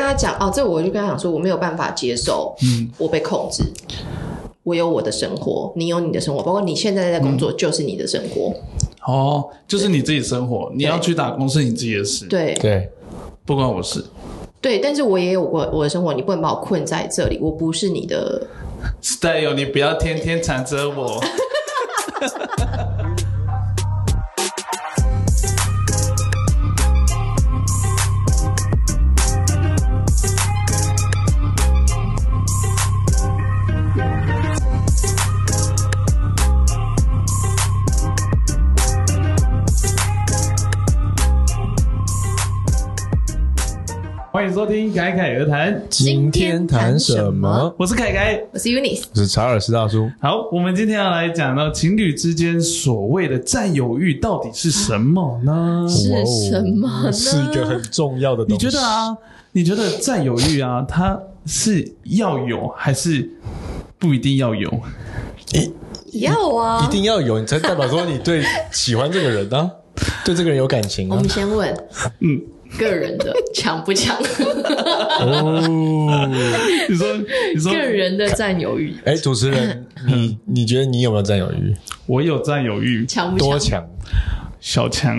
他讲我就跟他讲说，我没有办法接受，我被控制。我有我的生活，你有你的生活，包括你现在在工作就是你的生活。 就是你自己生活，你要去打工是你自己的事。 对， 不关我事。 对，但是我也有我的生活，你不能把我困在这里，我不是你的 style， 你不要天天缠着我。欢迎收听凯凯而谈， 今天谈什么？ 我是凯凯， 我是 Eunice， 我是查尔斯大叔。 好，我们今天要来讲到情侣之间所谓的占有欲到底是什么呢？ 是什么呢？ 是一个很重要的东西。 你觉得占有欲啊，它是要有还是不一定要有？ 要啊， 一定要有，你才代表说你对喜欢这个人啊，对这个人有感情啊。 我们先问，个人的强不强？ 你说个人的占有欲。 主持人，你觉得你有没有占有欲？ 我有占有欲， 强不强？ 多强？ 小强。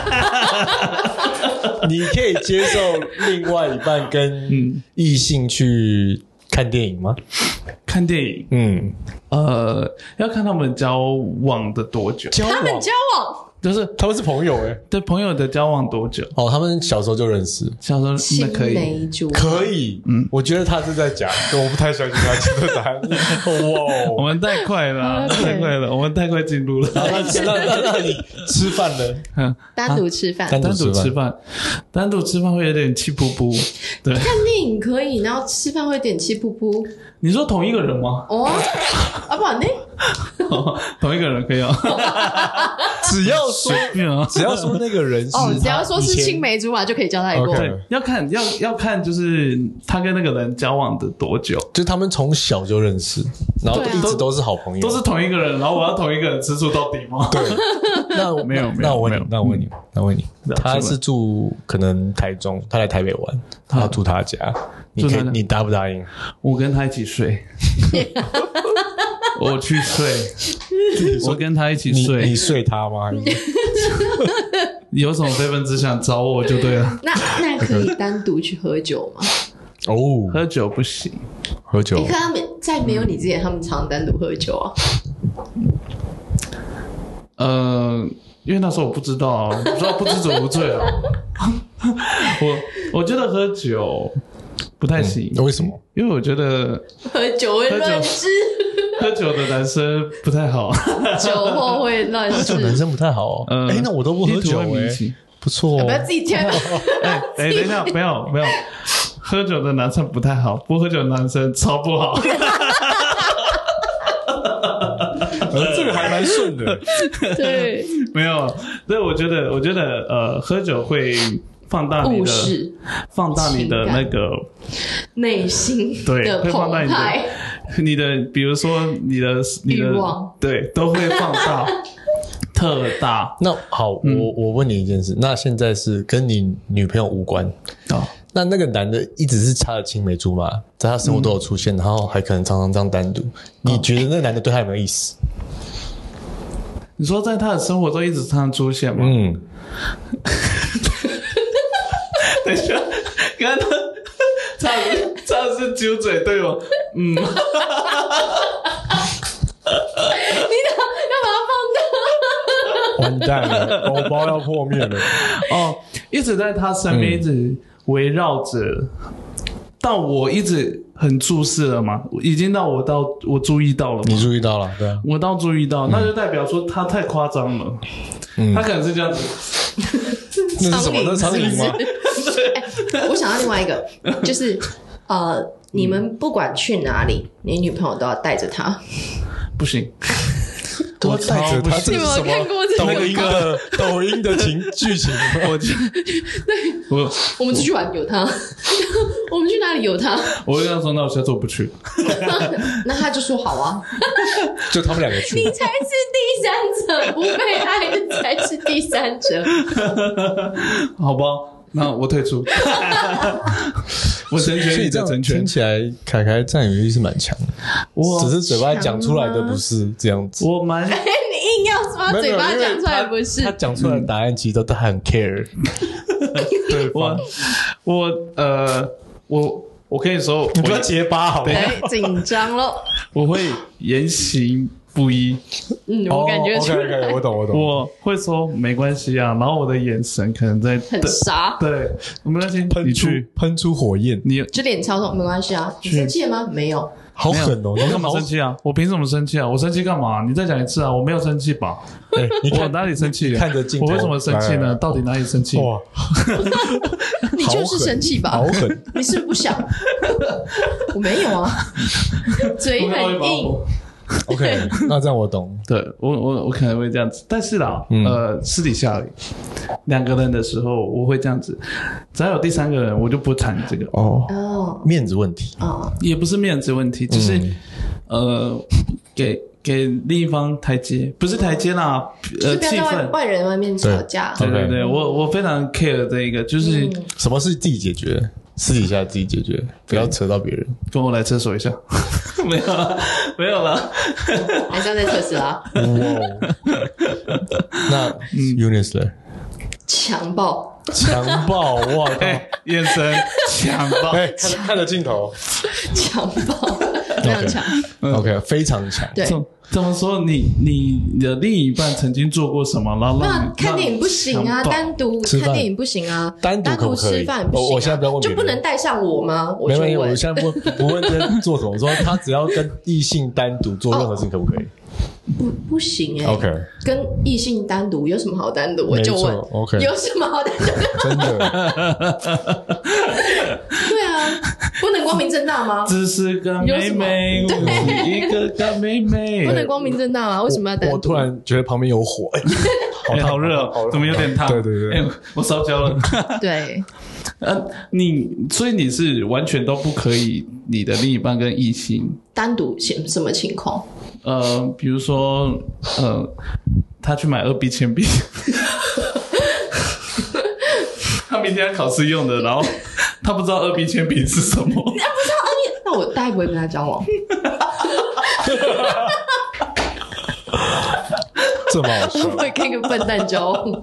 你可以接受另外一半跟异性去看电影吗？ 看电影，要看他们交往的多久。 他们交往。 就是他们是朋友对朋友的交往多久？ 他们小时候就认识， 小时候那可以， 青梅竹马可以。我觉得他是在讲，我不太相信他讲的答案。哇， 我们太快了，太快了，我们太快进入了。 那你吃饭呢？ 单独吃饭， 单独吃饭会有点气噗噗。对， 看电影可以，然后吃饭会有点气噗噗。 你说同一个人吗？ 不然呢？ 同一个人可以哦。 只要说那个人是只要说是青梅竹马就可以交代过。 对，要看就是他跟那个人交往的多久， 就他们从小就认识，然后一直都是好朋友， 都是同一个人，然后我要同一个人吃醋到底吗？ 对，那我问你，他是住可能台中，他来台北玩，他要住他家，你答不答应？ 我跟他一起睡。我去睡，我跟他一起睡。 你睡他吗？ 有什么非分之想找我就对了。 那可以单独去喝酒吗？ 喝酒不行。 喝酒？ 你看他们在没有你之前，他们常单独喝酒啊。 因为那时候我不知道啊，不知道不知者无罪啊。我觉得喝酒不太行。 为什么？ 因为我觉得喝酒会乱吃。 喝酒的男生不太好。 酒后会乱吃。 喝酒男生不太好那我都不喝酒不错不要自己跳。 等一下，没有，喝酒的男生不太好，不喝酒的男生超不好。 这个还蛮顺的。 对， 没有，对，我觉得喝酒会放大你的那个内心的澎湃， 你的比如说你的欲望， 对，都会放大特大。 那好，我问你一件事，那现在是跟你女朋友无关那个男的一直是他的青梅竹马，在他生活都有出现，然后还可能常常这样单独，你觉得那个男的对他有没有意思？ 你说在他的生活中一直常常出现吗？等一下，刚刚他是揪嘴对吗？ 你要把它放大。完蛋了，偶包要破灭了。 一直在他身边，一直围绕着。到我一直很注视了嘛，已经到我注意到了嘛。 你注意到了，对啊。 我到注意到，那就代表说他太夸张了。他可能是这样子。 那是什么？那是苍蝇吗？ 我想到另外一个，就是你们不管去哪里，你女朋友都要带着她。 不行。 都要带着他， 你有没有看过这个抖音的剧情？ 我们出去玩有他，我们去哪里有他？ 我会跟他说，那我下次我不去。 那他就说好啊。 就他们两个去。 你才是第三者，不被爱的才是第三者。 好吧， 那我退出。我成全你的成全。 听起来凯凯占有欲是蛮强的，只是嘴巴讲出来的不是这样子。 我蛮你硬要把嘴巴讲出来不是？ 他讲出来的答案其实都很 care。对方， 我跟你说， 你不要结巴好吗？ 紧张咯。 我会言行不一。 我感觉出来。 OK， 我懂。 我会说没关系啊，然后我的眼神可能在很傻。 对，没关系， 喷出火焰， 你就脸超痛，没关系啊。你生气了吗？没有。 好狠哦！ 我干嘛生气啊？我凭什么生气啊？我生气干嘛？你再讲一次啊！我没有生气吧？我哪里生气了？ 看着镜头， 我为什么生气呢？到底哪里生气？哇！ 你就是生气吧？ 好狠！ 你是不是不想？我没有啊，嘴很硬。 OK， 那这样我懂。 对，我可能会这样子，但是啦，私底下而已。两个人的时候我会这样子，只要有第三个人，我就不谈这个。 面子问题也不是面子问题，就是给另一方台阶，不是台阶啦，气氛。 外人外面吵架。 对，我非常 care 这一个，就是什么是自己解决，私底下自己解决，不要扯到别人。 跟我来厕所一下。没有了， 还是要在测试啊。 那 Eunice 呢？ 强暴， 哇！ 眼神强暴， 看着镜头， 强暴，非常强。 OK， 非常强。 对， 怎么说？你的另一半曾经做过什么？然后看电影不行啊，单独看电影不行啊，单独吃饭不行。 我现在不要问， 就不能带上我吗？ 没有，我现在不问这做什么。我说他只要跟异性单独做任何事情，可不可以？ 不行欸。 OK， 跟异性单独有什么好单独？我就问 OK， 有什么好单独？ 真的。 对啊，不能光明正大吗？ 只是个妹妹，我是一个妹妹， 不能光明正大吗？为什么要单独？ 我突然觉得旁边有火， 好热哦，怎么有点烫？ 对， 我烧焦了。 对， 所以你是完全都不可以，你的另一半跟异性单独什么情况？ 比如说他去买2B 铅笔，他明天要考试用的，然后他不知道2B 铅笔是什么。 不知道那我大概不会跟他交往。 这么好笑， 我会跟一个笨蛋交往。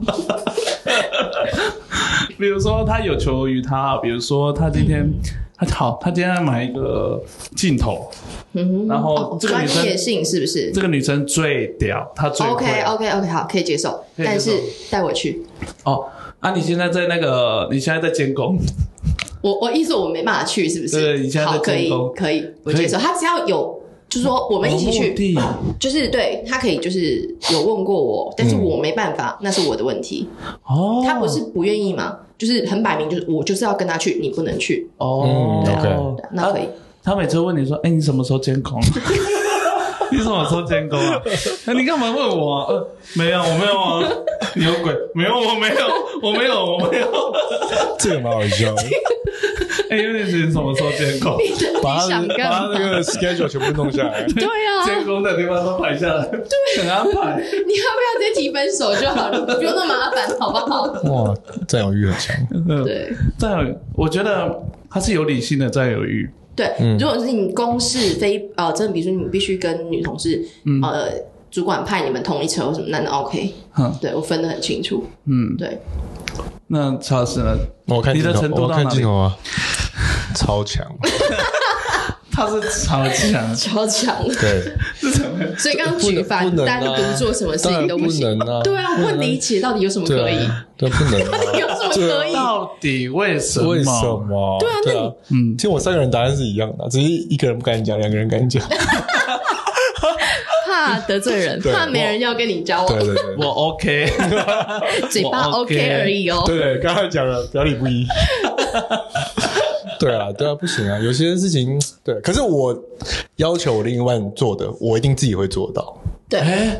比如说他有求于他，比如说他今天他今天要买一个镜头，然后这个女生专业性是不是？ 这个女生最屌，她最会。 OK， 好，可以接受，但是带我去。 你现在在监工。 我意思我没办法去，是不是？ 对，你现在在监工。 可以，我接受。他只要有。就是说我们一起去，就是对他可以就是有问过我，但是我没办法，那是我的问题。他不是不愿意嘛，就是很摆明就是我就是要跟他去，你不能去。 OK， 那可以。 他每次问你说，你什么时候监工？你什么时候监工啊？你干嘛问我啊？没有，我没有啊。你有鬼？没有，我没有。 这个蛮好笑的。 有点是什么时候监工？ 把他那个 schedule 全部弄下来。 对啊， 监工的地方都排下来，对，很安排。 你要不要直接提分手就好了？不用那么麻烦，好不好？ 哇，占有欲很强。 对， 我觉得他是有理性的占有欲。 对，如果是你公事非真的，比如说你必须跟女同事主管派你们同一车或什么，那 OK。对，我分得很清楚。对。 那查老师呢？ 你的程度到哪里？ 我看镜头啊，超强。 他是超强， 对。 所以刚刚举凡单独做什么事情都不行啊。对啊，我不理解到底有什么可以？ 对，不能啊。 有什么可以？ 到底为什么？ 对啊， 其实我3个人答案是一样的，只是一个人不敢讲，2个人敢讲。 怕得罪人，怕没人要跟你交往。 对， 我 OK， 嘴巴 OK 而已哦。 对，刚才讲了表里不一。对啊，不行啊，有些事情对，可是我要求我另一半做的，我一定自己会做到。 对。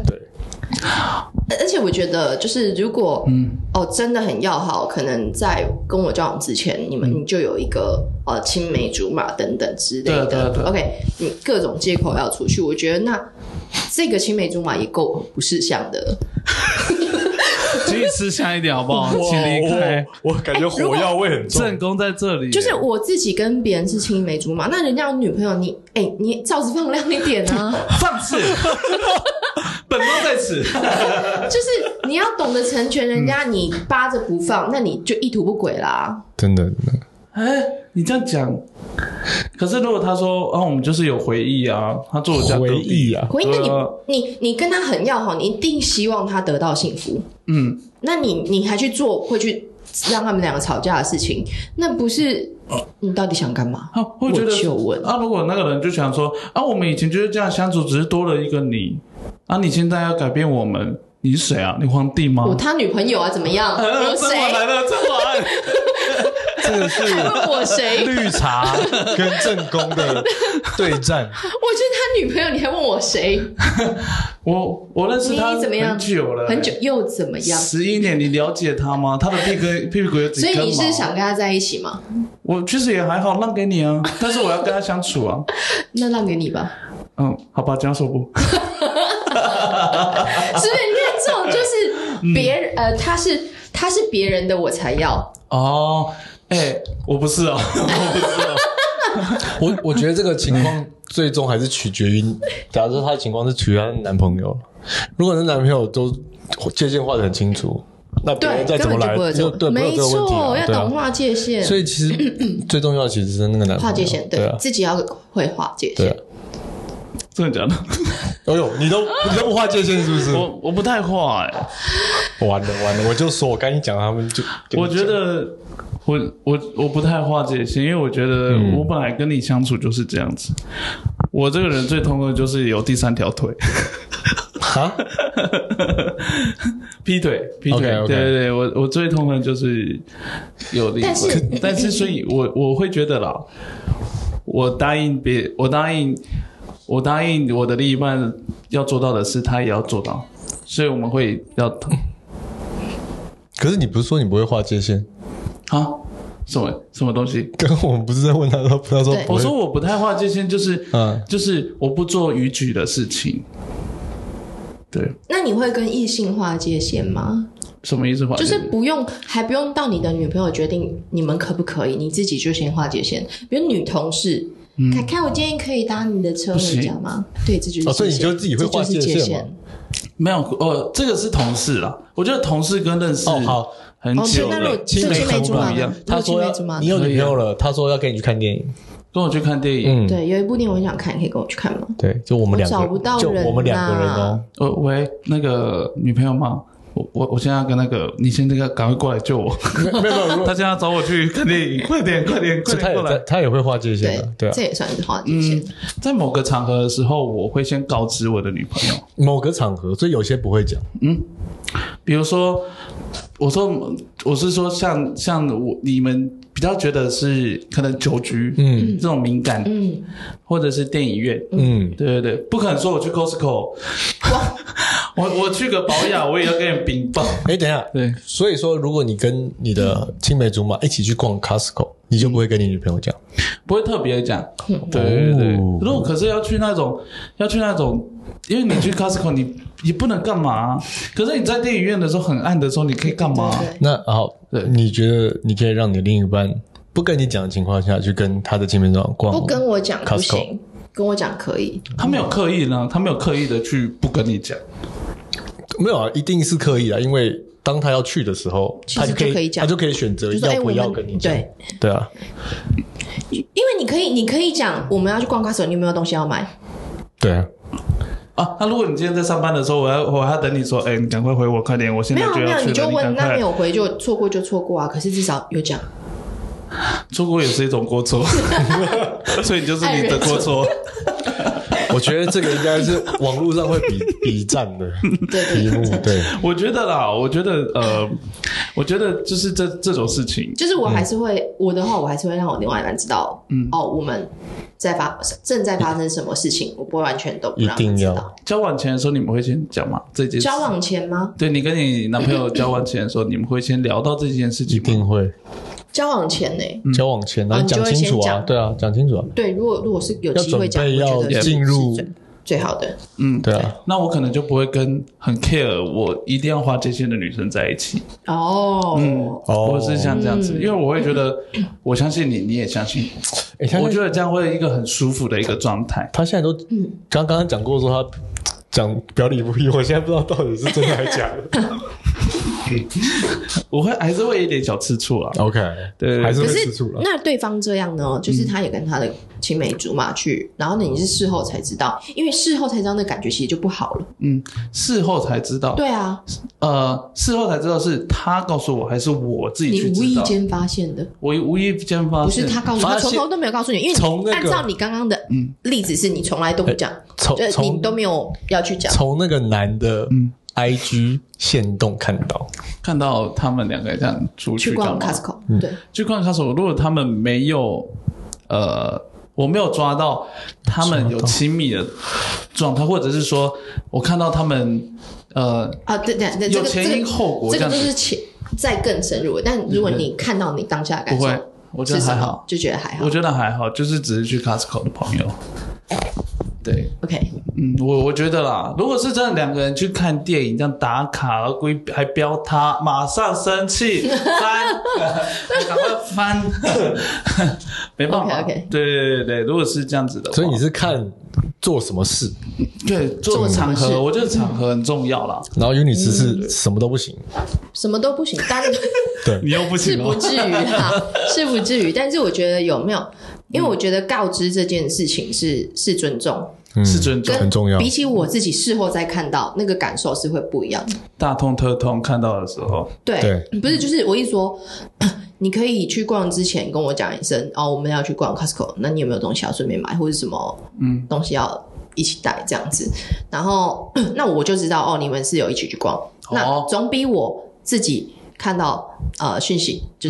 而且我觉得，就是如果真的很要好，可能在跟我交往之前，你就有一个青梅竹马等等之类的。 对 OK， 你各种借口要出去，我觉得那这个青梅竹马也够不识相的。 请你吃香一点好不好？请离开。 我感觉火药味很重。 正宫在这里， 就是我自己跟别人是青梅竹马，那人家有女朋友，你罩子放亮一点啊， 放肆。本宫在此， 就是你要懂得成全人家，你扒着不放，那你就意图不轨啦。 真的。 你这样讲，可是如果他说我们就是有回忆啊，他住我家隔壁回忆啊， 回忆，那你跟他很要好，你一定希望他得到幸福。那你还去做会去让他们两个吵架的事情，那不是你到底想干嘛？ 会觉得我就问如果那个人就想说我们以前就是这样相处，只是多了一个你你现在要改变我们，你是谁啊？你皇帝吗？ 他女朋友啊，怎么样？我谁？ 甄嬛来了，甄嬛。 这个是我谁？ 绿茶跟正宫的对战。 我就是他女朋友，你还问我谁？ 我认识他很久了， 很久又怎么样 ？11年，你了解他吗？他的屁股有几根毛？ 所以你是想跟他在一起吗？ 我其实也还好，让给你啊，但是我要跟他相处啊。 那让给你吧。 好吧，这样说不。 是不是？你看这种就是别人，他是别人的我才要。 我不是哦， 我觉得这个情况最终还是取决于，假设他的情况是取决于他的男朋友。如果那男朋友都界限画得很清楚，那别人再怎么来，对， 没错，要懂划界限。 所以其实最重要其实是那个男朋友划界限，对，自己要会划界限。 真的假的？ 你都不划界限是不是？ 我不太划完了，我就说我跟你讲，他们就我觉得我不太划界限，因为我觉得我本来跟你相处就是这样子。我这个人最痛的就是有第三条腿。劈腿， okay. 对，我最痛恨就是有另一半，但是所以我会觉得啦，我答应我的另一半要做到的事，他也要做到，所以我们会要。 可是你不是说你不会划界限啊？什么东西？ 刚刚我们不是在问他说我说我不太划界限，就是我不做逾矩的事情。对， 那你会跟异性划界限吗？ 什么意思？ 就是还不用到你的女朋友决定你们可不可以，你自己就先划界限。比如女同事，凯凯，我今天可以搭你的车回家吗？对，这就是所以你就自己会划界限吗？ 没有，这个是同事啦。我觉得同事跟认识很久了， 青梅竹马一样。 他说你有女朋友了，他说要跟你去看电影。 跟我去看电影， 对，有一部电影我很想看，可以跟我去看吗？ 对，就我们两个， 找不到人， 就我们两个人哦。 喂，那个女朋友吗？我现在要跟那个，你先赶快过来救我。没有，他现在要找我去看电影，快点过来。 他也会划界限的，对啊， 这也算是划界限。 在某个场合的时候，我会先告知我的女朋友。 某个场合，所以有些不会讲。 比如说，我是说像你们比较觉得是可能酒局，这种敏感，或者是电影院，对，不可能说我去 Costco， 我去个保养，我也要跟你禀报。 等一下，对，所以说如果你跟你的青梅竹马一起去逛 Costco， 你就不会跟你女朋友讲， 不会特别讲，对。如果可是要去那种，因为你去 Costco 你不能干嘛，可是你在电影院的时候很暗的时候，你可以干嘛？ 那好，你觉得你可以让你的另一半不跟你讲的情况下去跟他的青梅竹马逛 Costco？ 不跟我讲不行，跟我讲可以。 他没有刻意的去不跟你讲，没有啊，一定是刻意的，因为当他要去的时候，他就可以选择要不要跟你讲。对啊， 因为你可以讲我们要去逛 Costco， 你有没有东西要买？ 对啊。 那如果你今天在上班的时候，我还要等你说，你赶快回我，快点，我现在就要去了。没有， 你就问，那没有回就错过啊。可是至少有讲， 错过也是一种过错，所以你就是你的过错。 我觉得这个应该是网络上会比战的题目。对， 我觉得就是这种事情， 就是我还是会我的话，我还是会让我另外一半知道，我们正在发生什么事情，我不会完全都不让他知道。 交往前的时候，你们会先讲吗？这件事？ 交往前吗？ 对，你跟你男朋友交往前的时候，你们会先聊到这件事情吗？ 一定会。 交往前呢？ 交往前，然后讲清楚啊，对啊，讲清楚啊。 对，如果是有机会讲， 要准备要进入最好的。 对啊。 那我可能就不会跟很 care 我一定要划界限的女生在一起。我是像这样子，因为我会觉得我相信你，你也相信我觉得这样会一个很舒服的一个状态。 他现在都刚刚讲过说他讲表里不一，我现在不知道到底是真的还是假的。 我还是会有一点小吃醋啦。 OK， 对，还是会吃醋啦。 那对方这样呢，就是他也跟他的青梅竹马去，然后呢你是事后才知道，因为事后才知道那感觉其实就不好了。 事后才知道。 对啊， 事后才知道是他告诉我还是我自己去知道？ 你无意间发现的。 我无意间发现， 不是他告诉他，从头都没有告诉你，因为按照你刚刚的例子是你从来都不讲，就是你都没有要去讲。 从那个男的IG 限动看到他们两个这样出去逛 Costco， 对， 去逛 Costco。如果他们没有我没有抓到他们有亲密的状态，或者是说我看到他们对， 有前因后果， 这个都是再更深入的。但如果你看到你当下的感受， 不会，我觉得还好， 就觉得还好。 我觉得还好，就是只是去 Costco 的朋友。对 ，OK， 我觉得啦，如果是真的两个人去看电影，这样打卡，然后故意还标他，马上生气，翻，赶快翻，没办法。 OK， 对，如果是这样子的话， 所以你是看做什么事？ 对，做场合，我觉得场合很重要啦。 然后尤尼斯是什么都不行， 什么都不行，但对， 你又不行， 是不至于啦，是不至于。但是我觉得有没有？因为我觉得告知这件事情是尊重， 是尊重， 很重要。 比起我自己事后再看到那个感受是会不一样的。 大痛特痛看到的时候， 对，不是就是我一说，你可以去逛之前跟我讲一声我们要去逛 Costco， 那你有没有东西要顺便买，或者什么东西要一起带这样子？然后那我就知道你们是有一起去逛，那总比我自己看到讯息就是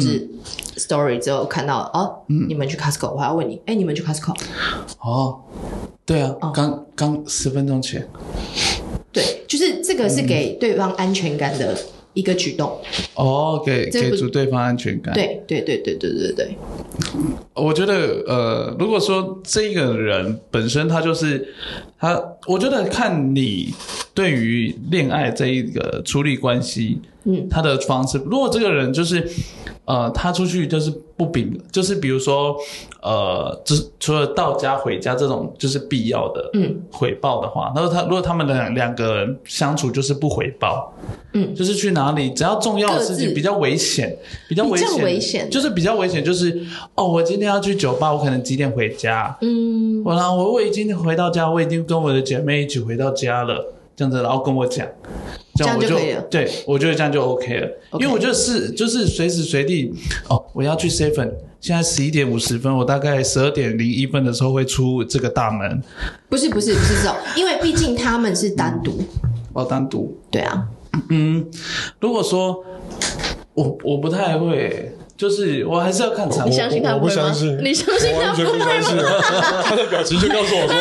story 之后看到你们去 Costco， 我还要问你你们去 Costco？ 对啊，刚10分钟前， 对，就是这个是给对方安全感的一个举动。 给足对方安全感。 对， 我觉得如果说这个人本身他就是他，我觉得看你对于恋爱这一个处理关系他的方式。如果这个人就是他出去就是不秉，就是比如说除了到家回家这种就是必要的回报的话，然后如果他们两个人相处就是不回报，就是去哪里只要重要的事情比较危险，就是比较危险，就是我今天要去酒吧，我可能几点回家，然后我已经回到家，我已经跟我的姐妹一起回到家了，这样子，然后跟我讲。这样就可以了。对，我觉得这样就 OK 了。因为我觉得就是随时随地我要去 7， 现在11点50分，我大概12点01分的时候会出这个大门。 不是这种，因为毕竟他们是单独。 单独。 对啊。 如果说我不太会。就是我还是要看场合。 你相信他不会吗？ 我不相信， 你相信他不会吗？ 我完全不相信。他的表情就告诉我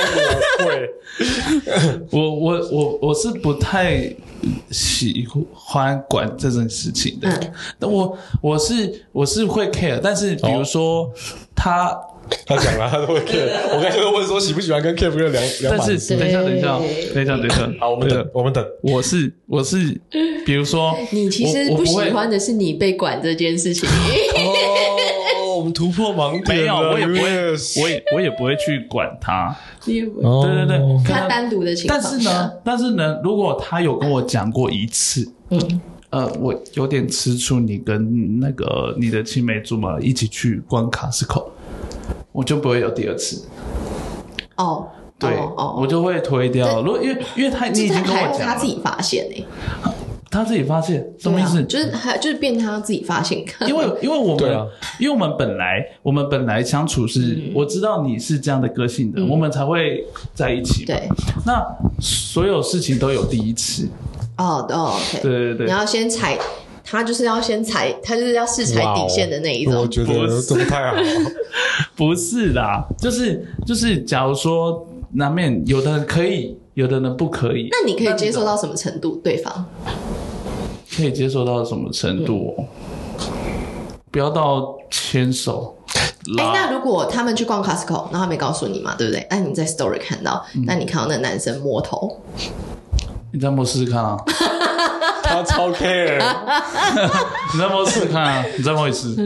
说我会。我是不太喜欢管这件事情的。我是会 care， 但是比如说他讲了，他都会 care。我刚才就问说喜不喜欢跟 care 不是两码事。 等一下。 好，我们等。我是，比如说， 你其实不喜欢的是你被管这件事情。 我们突破盲点了。 没有，我也不会去管他。 对，他单独的情况。 但是呢，如果他有跟我讲过一次，我有点吃醋，你跟那个你的青梅竹马一起去逛Costco，我就不会有第二次。对，我就会推掉。如果因为你已经跟我讲了， 他自己发现他自己发现什么意思？ 就是变他自己发现。 因为我们本来相处是，我知道你是这样的个性的，我们才会在一起。 对， 那所有事情都有第一次。 OK， 对， 你要先踩。他就是要先踩，他就是要试踩底线的那一种。 我觉得这不太好。 不是啦，就是假如说难免有的人可以，有的人不可以。 那你可以接受到什么程度？对方可以接受到什么程度？不要到牵手。 那如果他们去逛 Costco， 然后他没告诉你嘛，对不对？那你在 story 看到，那你看到那个男生摸头， 你再摸试试看啊！ 他超 care， 你再摸试试看啊！你再摸一次。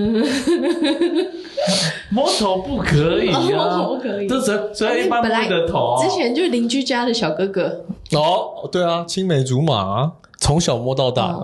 摸头不可以啊！ 摸头不可以， 这只要一般摸的头。 之前就是邻居家的小哥哥。 哦，对啊，青梅竹马，从小摸到大。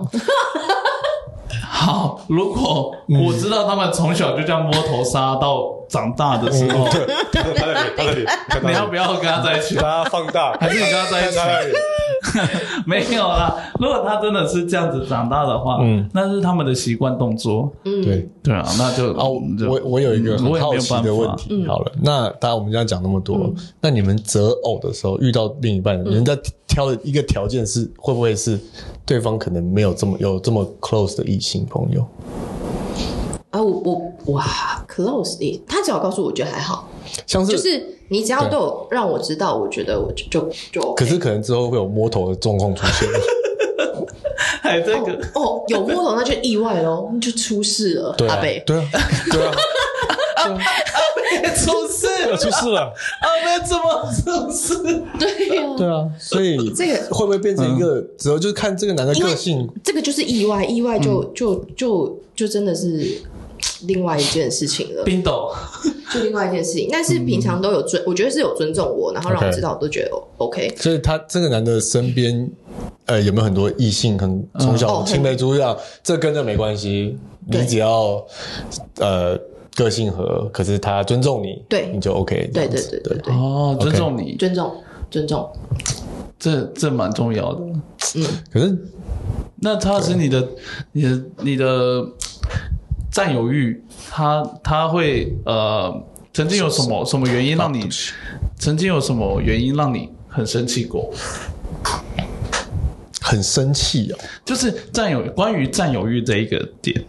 好，如果我知道他们从小就这样摸头杀到长大的时候， 他的脸， 你要不要跟他在一起？ 把它放大， 还是你跟他在一起？没有啦，如果他真的是这样子长大的话，那是他们的习惯动作。对啊，那就我有一个很好奇的问题。好了，那当然我们这样讲那么多，那你们择偶的时候遇到另一半，人家挑的一个条件是会不会是对方可能没有这么 close 的异性朋友？ 哇 close， 他只要告诉我觉得还好， 像是就是你只要都有让我知道，我觉得我就 OK。 可是可能之后会有摸头的状况出现。 还这个有摸头那就意外咯，就出事了。 对啊， 阿北， 对啊， 阿北出事了，阿北怎么出事？ 对啊，所以这个会不会变成一个之后就是看这个男的个性？ 这个就是意外就真的是另外一件事情了。 冰斗就另外一件事情，但是平常都有我觉得是有尊重我，然后让我知道，我都觉得 OK。 所以他这个男的身边，有没有很多异性，很从小青梅竹马？这跟这没关系，你只要个性合，可是他尊重你， 对， 你就 OK。 对。 哦，尊重你， 尊重， 这蛮重要的。 可是那他是你的占有欲，他会曾经有什么原因让你很生气过？ 很生气哦， 就是关于占有欲这一个点，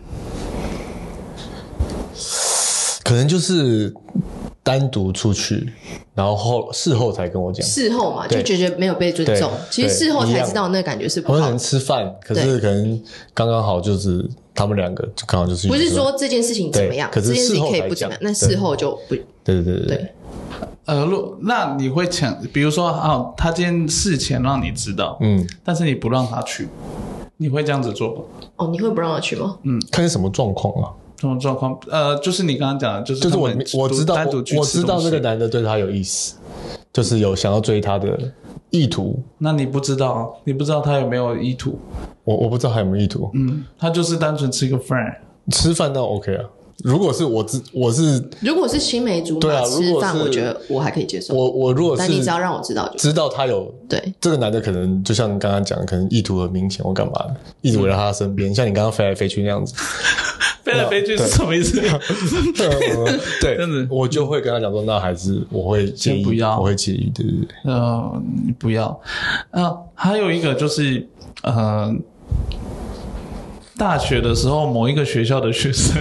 可能就是单独出去，然后事后才跟我讲， 事后嘛就觉得没有被尊重，其实事后才知道那个感觉是不好的。 可能吃饭，可是可能刚刚好就是他们两个就刚好就是不是说这件事情怎么样， 可是这件事情可以不怎么样，那事后就不对。 那你会比如说他今天事前让你知道，但是你不让他去，你会这样子做吗？ 哦，你会不让他去吗？ 看是什么状况啊？ 这种状况，就是你刚刚讲的，就是我知道那个男的对他有意思，就是有想要追他的意图。那你不知道他有没有意图？ 我不知道他有没有意图。 他就是单纯吃个饭， 吃饭那 OK 啊。如果是如果是青梅竹马吃饭，我觉得我还可以接受。 我如果是， 但你只要让我知道他有对这个男的可能就像刚刚讲的，可能意图很明显或干嘛的，一直围绕他身边，像你刚刚飞来飞去那样子。 飞来飞去是什么意思？ 对，我就会跟他讲说，那还是我会介意，我会介意，对。 你不要。还有一个就是大学的时候，某一个学校的学生，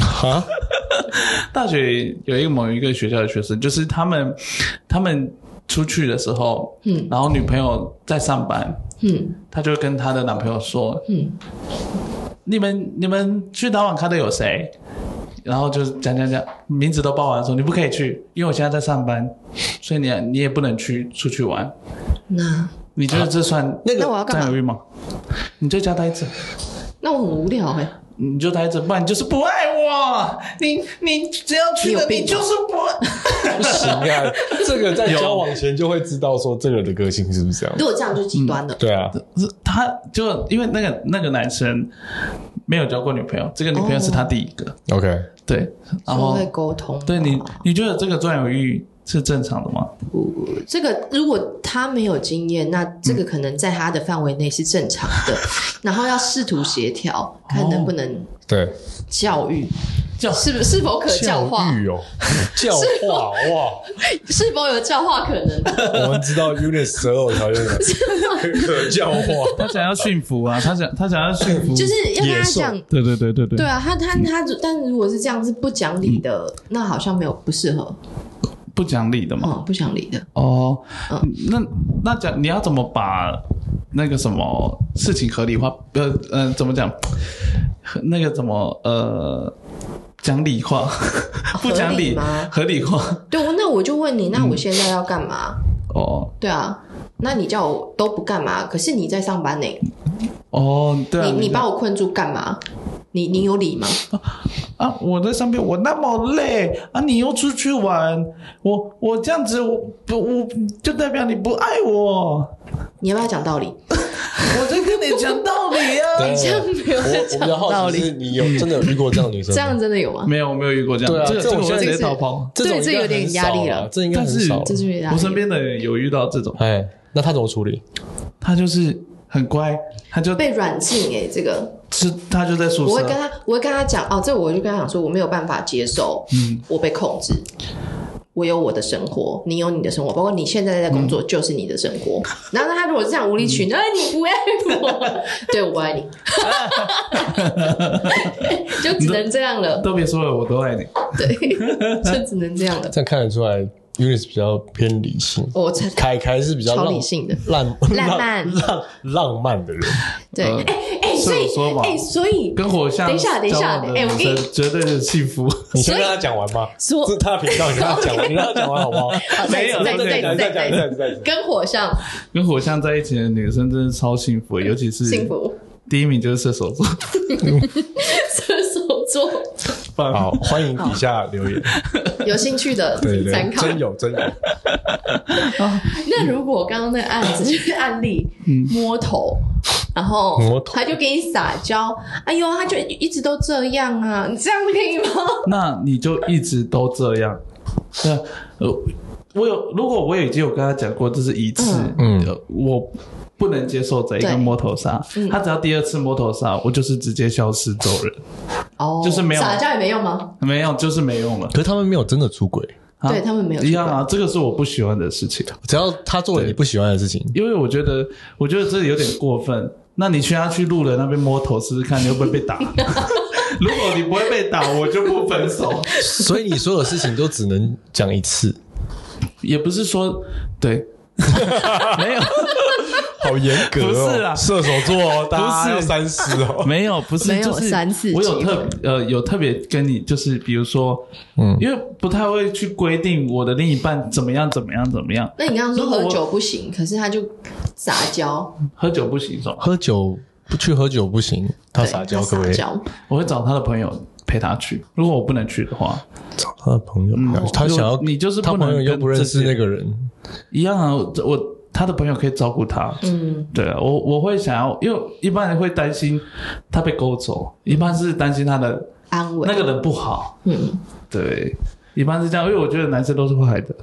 大学有某一个学校的学生，就是他们出去的时候，然后女朋友在上班，他就跟他的男朋友说，你们去打网咖的有谁？然后就讲名字都报完，说你不可以去，因为我现在在上班，所以你也不能出去玩。 那你觉得这算那我要干嘛？ 占有欲吗？你在家待着。 那我很无聊你就待着，不然你就是不爱我。你只要去了，你就是不行啊。这个在交往前就会知道说这个人的个性是不是这样。 如果这样就极端了。 对啊， 他就因为那个男生没有交过女朋友，这个女朋友是他第一个。 OK， 对，然后会沟通。 对你觉得这个占有欲是正常的吗？ 这个如果他没有经验，那这个可能在他的范围内是正常的，然后要试图协调，看能不能对教育，是否可教化？ 教育哦，教化哇， 是否有教化可能？ 我们知道 Eunice 择偶条件可教化， 他想要驯服啊，他想要驯服， 就是要跟他讲， 对。 对啊，他，但如果是这样是不讲理的，那好像不适合。 不讲理的嘛， 不讲理的哦。那讲你要怎么把那个什么事情合理化？怎么讲？那个怎么讲理话，不讲理吗？ 合理化。 对，那我就问你，那我现在要干嘛？ 哦， 对啊，那你叫我都不干嘛，可是你在上班呢。 哦，对啊， 你把我困住干嘛？你有理吗？ 啊，我在上面，我那么累啊，你又出去玩，我这样子，我就代表你不爱我。 你要不要讲道理？ 我在跟你讲道理啊！ 你这样没有在讲道理。 你真的有遇过这样的女生？ 这样真的有吗？ 没有，我没有遇过这样。 对啊， 这种我直接逃跑。 对，这有点压力了。 这应该很少。 这是有点压力。 我身边的人有遇到这种。 哎，那他怎么处理？ 他就是很乖，他就被软禁这个。 是他就在宿舍。 我会跟他讲哦，这我就跟他讲说，我没有办法接受，我被控制。我有我的生活，你有你的生活，包括你现在在工作就是你的生活。然后他如果是这样无理取闹，你不爱我，对，我不爱你，就只能这样了。 都别说了，我都爱你。 对，就只能这样了。 这样看得出来，Eunice 比较偏理性，凯是比较超理性的， 浪漫的人。 对，所以跟火象， 等一下，我跟你绝对是幸福。 你先让他讲完吧，这是他的频道，你让他讲完，你让他讲完好不好？ 没有，再跟火象在一起的女生真的超幸福，尤其是幸福。第一名就是射手座，射手座。 好，欢迎底下留言， 有兴趣的参考。 真有。 那如果刚刚那个案子就是案例，摸头，然后他就给你撒娇，哎呦，他就一直都这样啊，你这样可以吗？ 那你就一直都这样。对，如果我已经有跟他讲过，这是一次，我不能接受这一个摸头杀，他只要第二次摸头杀，我就是直接消失走人。哦，就是没有撒娇也没用吗？没用，就是没用了。 可是他们没有真的出轨， 对他们没有出轨一样啊，这个是我不喜欢的事情。 只要他做了你不喜欢的事情， 因为我觉得这有点过分。那你要去路人那边摸头试试看，你会不会被打？如果你不会被打，我就不分手。 所以你所有事情都只能讲一次， 也不是说对，没有。 好严格哦， 不是啦， 射手座哦，大家要三思哦。 没有，不是， 没有3次。 我有特别跟你，就是比如说，因为不太会去规定我的另一半怎么样。 那你刚刚说喝酒不行，可是他就撒娇。喝酒不行是吧？ 喝酒不行，他撒娇可不可以？ 我会找他的朋友陪他去，如果我不能去的话， 找他的朋友。他想要你就是他朋友又不认识那个人， 一样啊。他的朋友可以照顾他，对啊，我会想要，因为一般人会担心他被勾走，一般是担心他的安危， 那个人不好，对，一般是这样，因为我觉得男生都是坏的，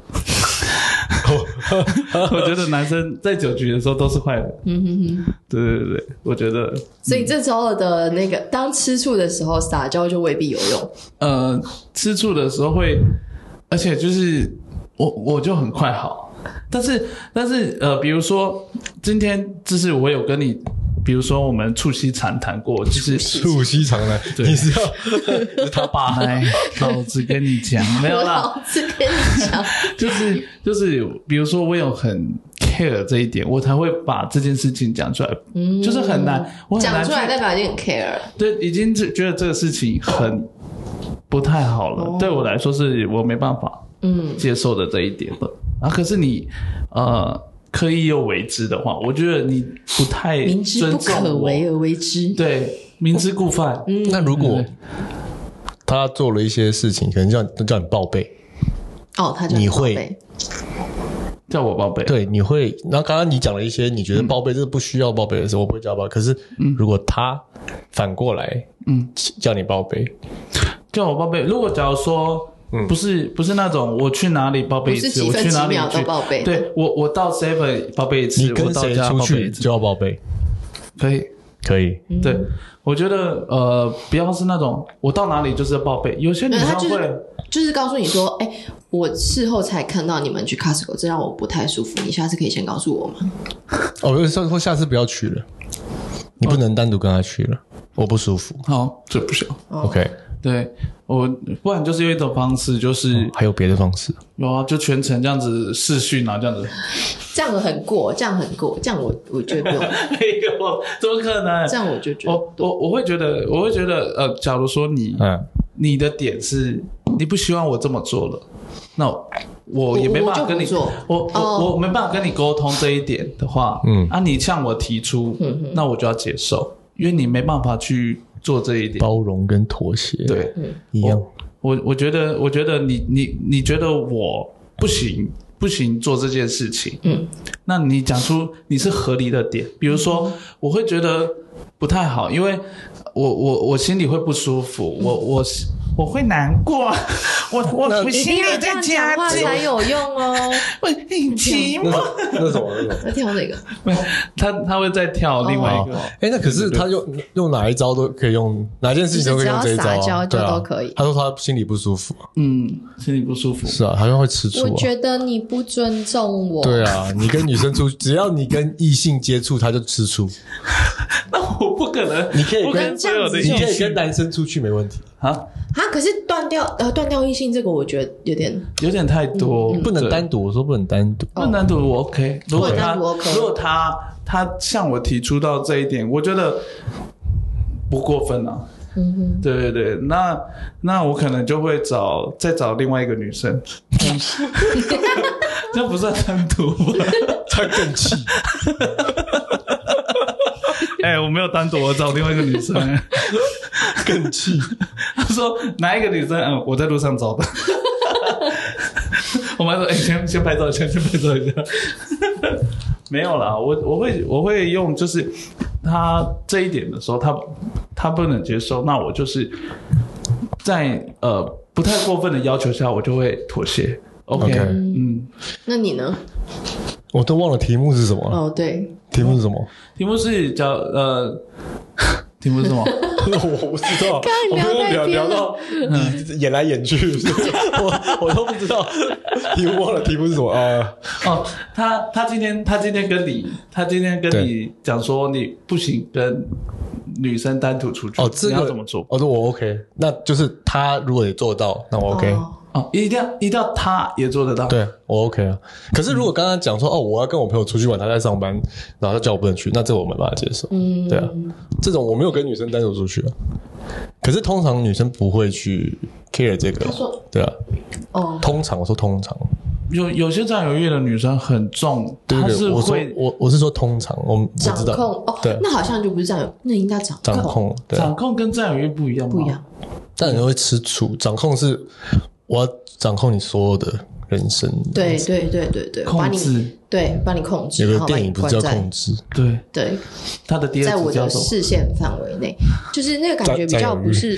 我觉得男生在酒局的时候都是坏的，对，我觉得， 所以这时候的那个当吃醋的时候撒娇就未必有用， 吃醋的时候会，而且就是我就很快好。但是比如说今天就是我有跟你，比如说我们促膝长谈过，就是促膝长谈，你是要他爸来，老子跟你讲，没有啦， 老子跟你讲， 就是比如说我有很 care 这一点，我才会把这件事情讲出来，就是很难，我很难讲出来代表已经很 care 了， 对，已经觉得这个事情很不太好了，对我来说是我没办法接受的这一点了。啊，可是你刻意又为之的话，我觉得你不太明知不可为而为之， 对，明知故犯。 那如果他做了一些事情，可能叫你报备， 他叫你报备， 叫我报备， 对，你会。然后刚刚你讲了一些你觉得报备这不需要报备的时候，我不会叫报备。可是如果他反过来，叫你报备， 叫我报备。如果假如说。不是那种我去哪里报备一次，我去哪里都报备。 对，我到 7 报备一次， 你跟谁出去就要报备， 可以。对，我觉得不要是那种我到哪里就是要报备。有些女生会就是告诉你说，我事后才看到你们去 Costco， 这让我不太舒服，你下次可以先告诉我吗？ 或下次不要去了，你不能单独跟他去了，我不舒服。 好，这不行。 OK。 对，不然就是有一种方式，就是还有别的方式， 有啊，就全程这样子视讯啊，这样子， 这样很过，这样我觉得不用， 没有，怎么可能？ 这样我就觉得， 我会觉得，假如说你你的点是你不希望我这么做了，那我也没办法跟你我没办法跟你沟通这一点的话，你向我提出，那我就要接受，因为你没办法去做这一点， 包容跟妥协， 对， 一样。 我觉得你觉得我不行做这件事情，那你讲出你是合理的点，比如说我会觉得不太好，因为我心里会不舒服，我会难过，我心里在讲话才有用哦。 我很寂寞。 那什么？ 在跳哪个？ 他会再跳另外一个。 那可是他用哪一招都可以用，哪件事情都可以用这一招， 撒娇就都可以。 他说他心里不舒服， 心里不舒服， 是啊，好像会吃醋。 我觉得你不尊重我。 对啊，你跟女生只要你跟异性接触，他就吃醋。 那我不可能， 你可以跟男生出去没问题啊。 可是断掉异性这个，我觉得有点太多， 不能单独。我说不能单独， 不能单独我 OK。如果他向我提出到这一点，我觉得不过分啊。对对对，那我可能就会再找另外一个女生，这不算单独吧？ 他更气。 我没有单独，我找另外一个女生， 更气。 他说哪一个女生？我在路上找的。我们说，先拍照一下，先拍照一下。没有啦，我会用，就是他这一点的时候，他不能接受，那我就是在不太过分的要求下，我就会妥协。OK， 那你呢？ 我都忘了题目是什么了。 哦，对， 题目是什么？ 题目是叫题目是什么？ 我不知道。我们聊到演来演去，我都不知道。题目忘了题目是什么他今天跟你讲说你不行跟女生单独出去，你要怎么做？ 我 OK， 那就是他如果也做到，那我 OK。 一定要他也做得到。 对，我 OK 啊。可是如果刚刚讲说我要跟我朋友出去玩，他在上班，然后他叫我不能去，那这我没办法接受。对啊，这种我没有跟女生单独出去啊。可是通常女生不会去 care 这个。对啊。通常我说通常。 有些占有欲的女生很重，她是会我是说通常我掌控对， 那好像就不是占有，那应该掌控。 掌控跟占有欲不一样吗？ 不一样。 但人会吃醋，掌控是我要掌控你所有的人生。 对， 控制， 把你控制。 有个电影不是叫控制？ 对， 他的第二集在我的视线范围内，就是那个感觉比较不是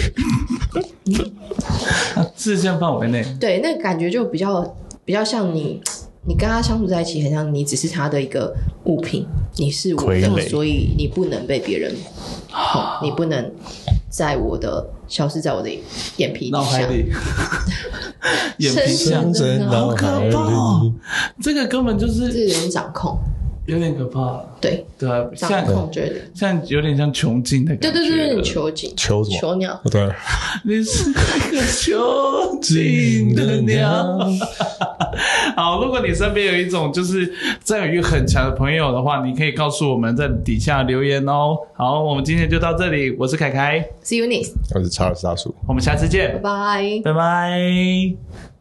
视线范围内。 对，那个感觉就比较像你跟他相处在一起，很像你只是他的一个物品，你是我的，所以你不能被别人你不能消失在我的眼皮脑海里。眼皮下好可怕这个根本就是有点掌控， 有点可怕。 对啊，掌控觉得像有点像囚禁的感觉。 对，囚禁， 囚什么？ 囚鸟。 对， 你是那个囚禁的鸟。好，如果你身边有一种就是占有欲很强的朋友的话，你可以告诉我们在底下留言哦。好，我们今天就到这里，我是凯凯 ，See you next， 我是查尔斯大叔， 我们下次见， 拜拜， 拜拜。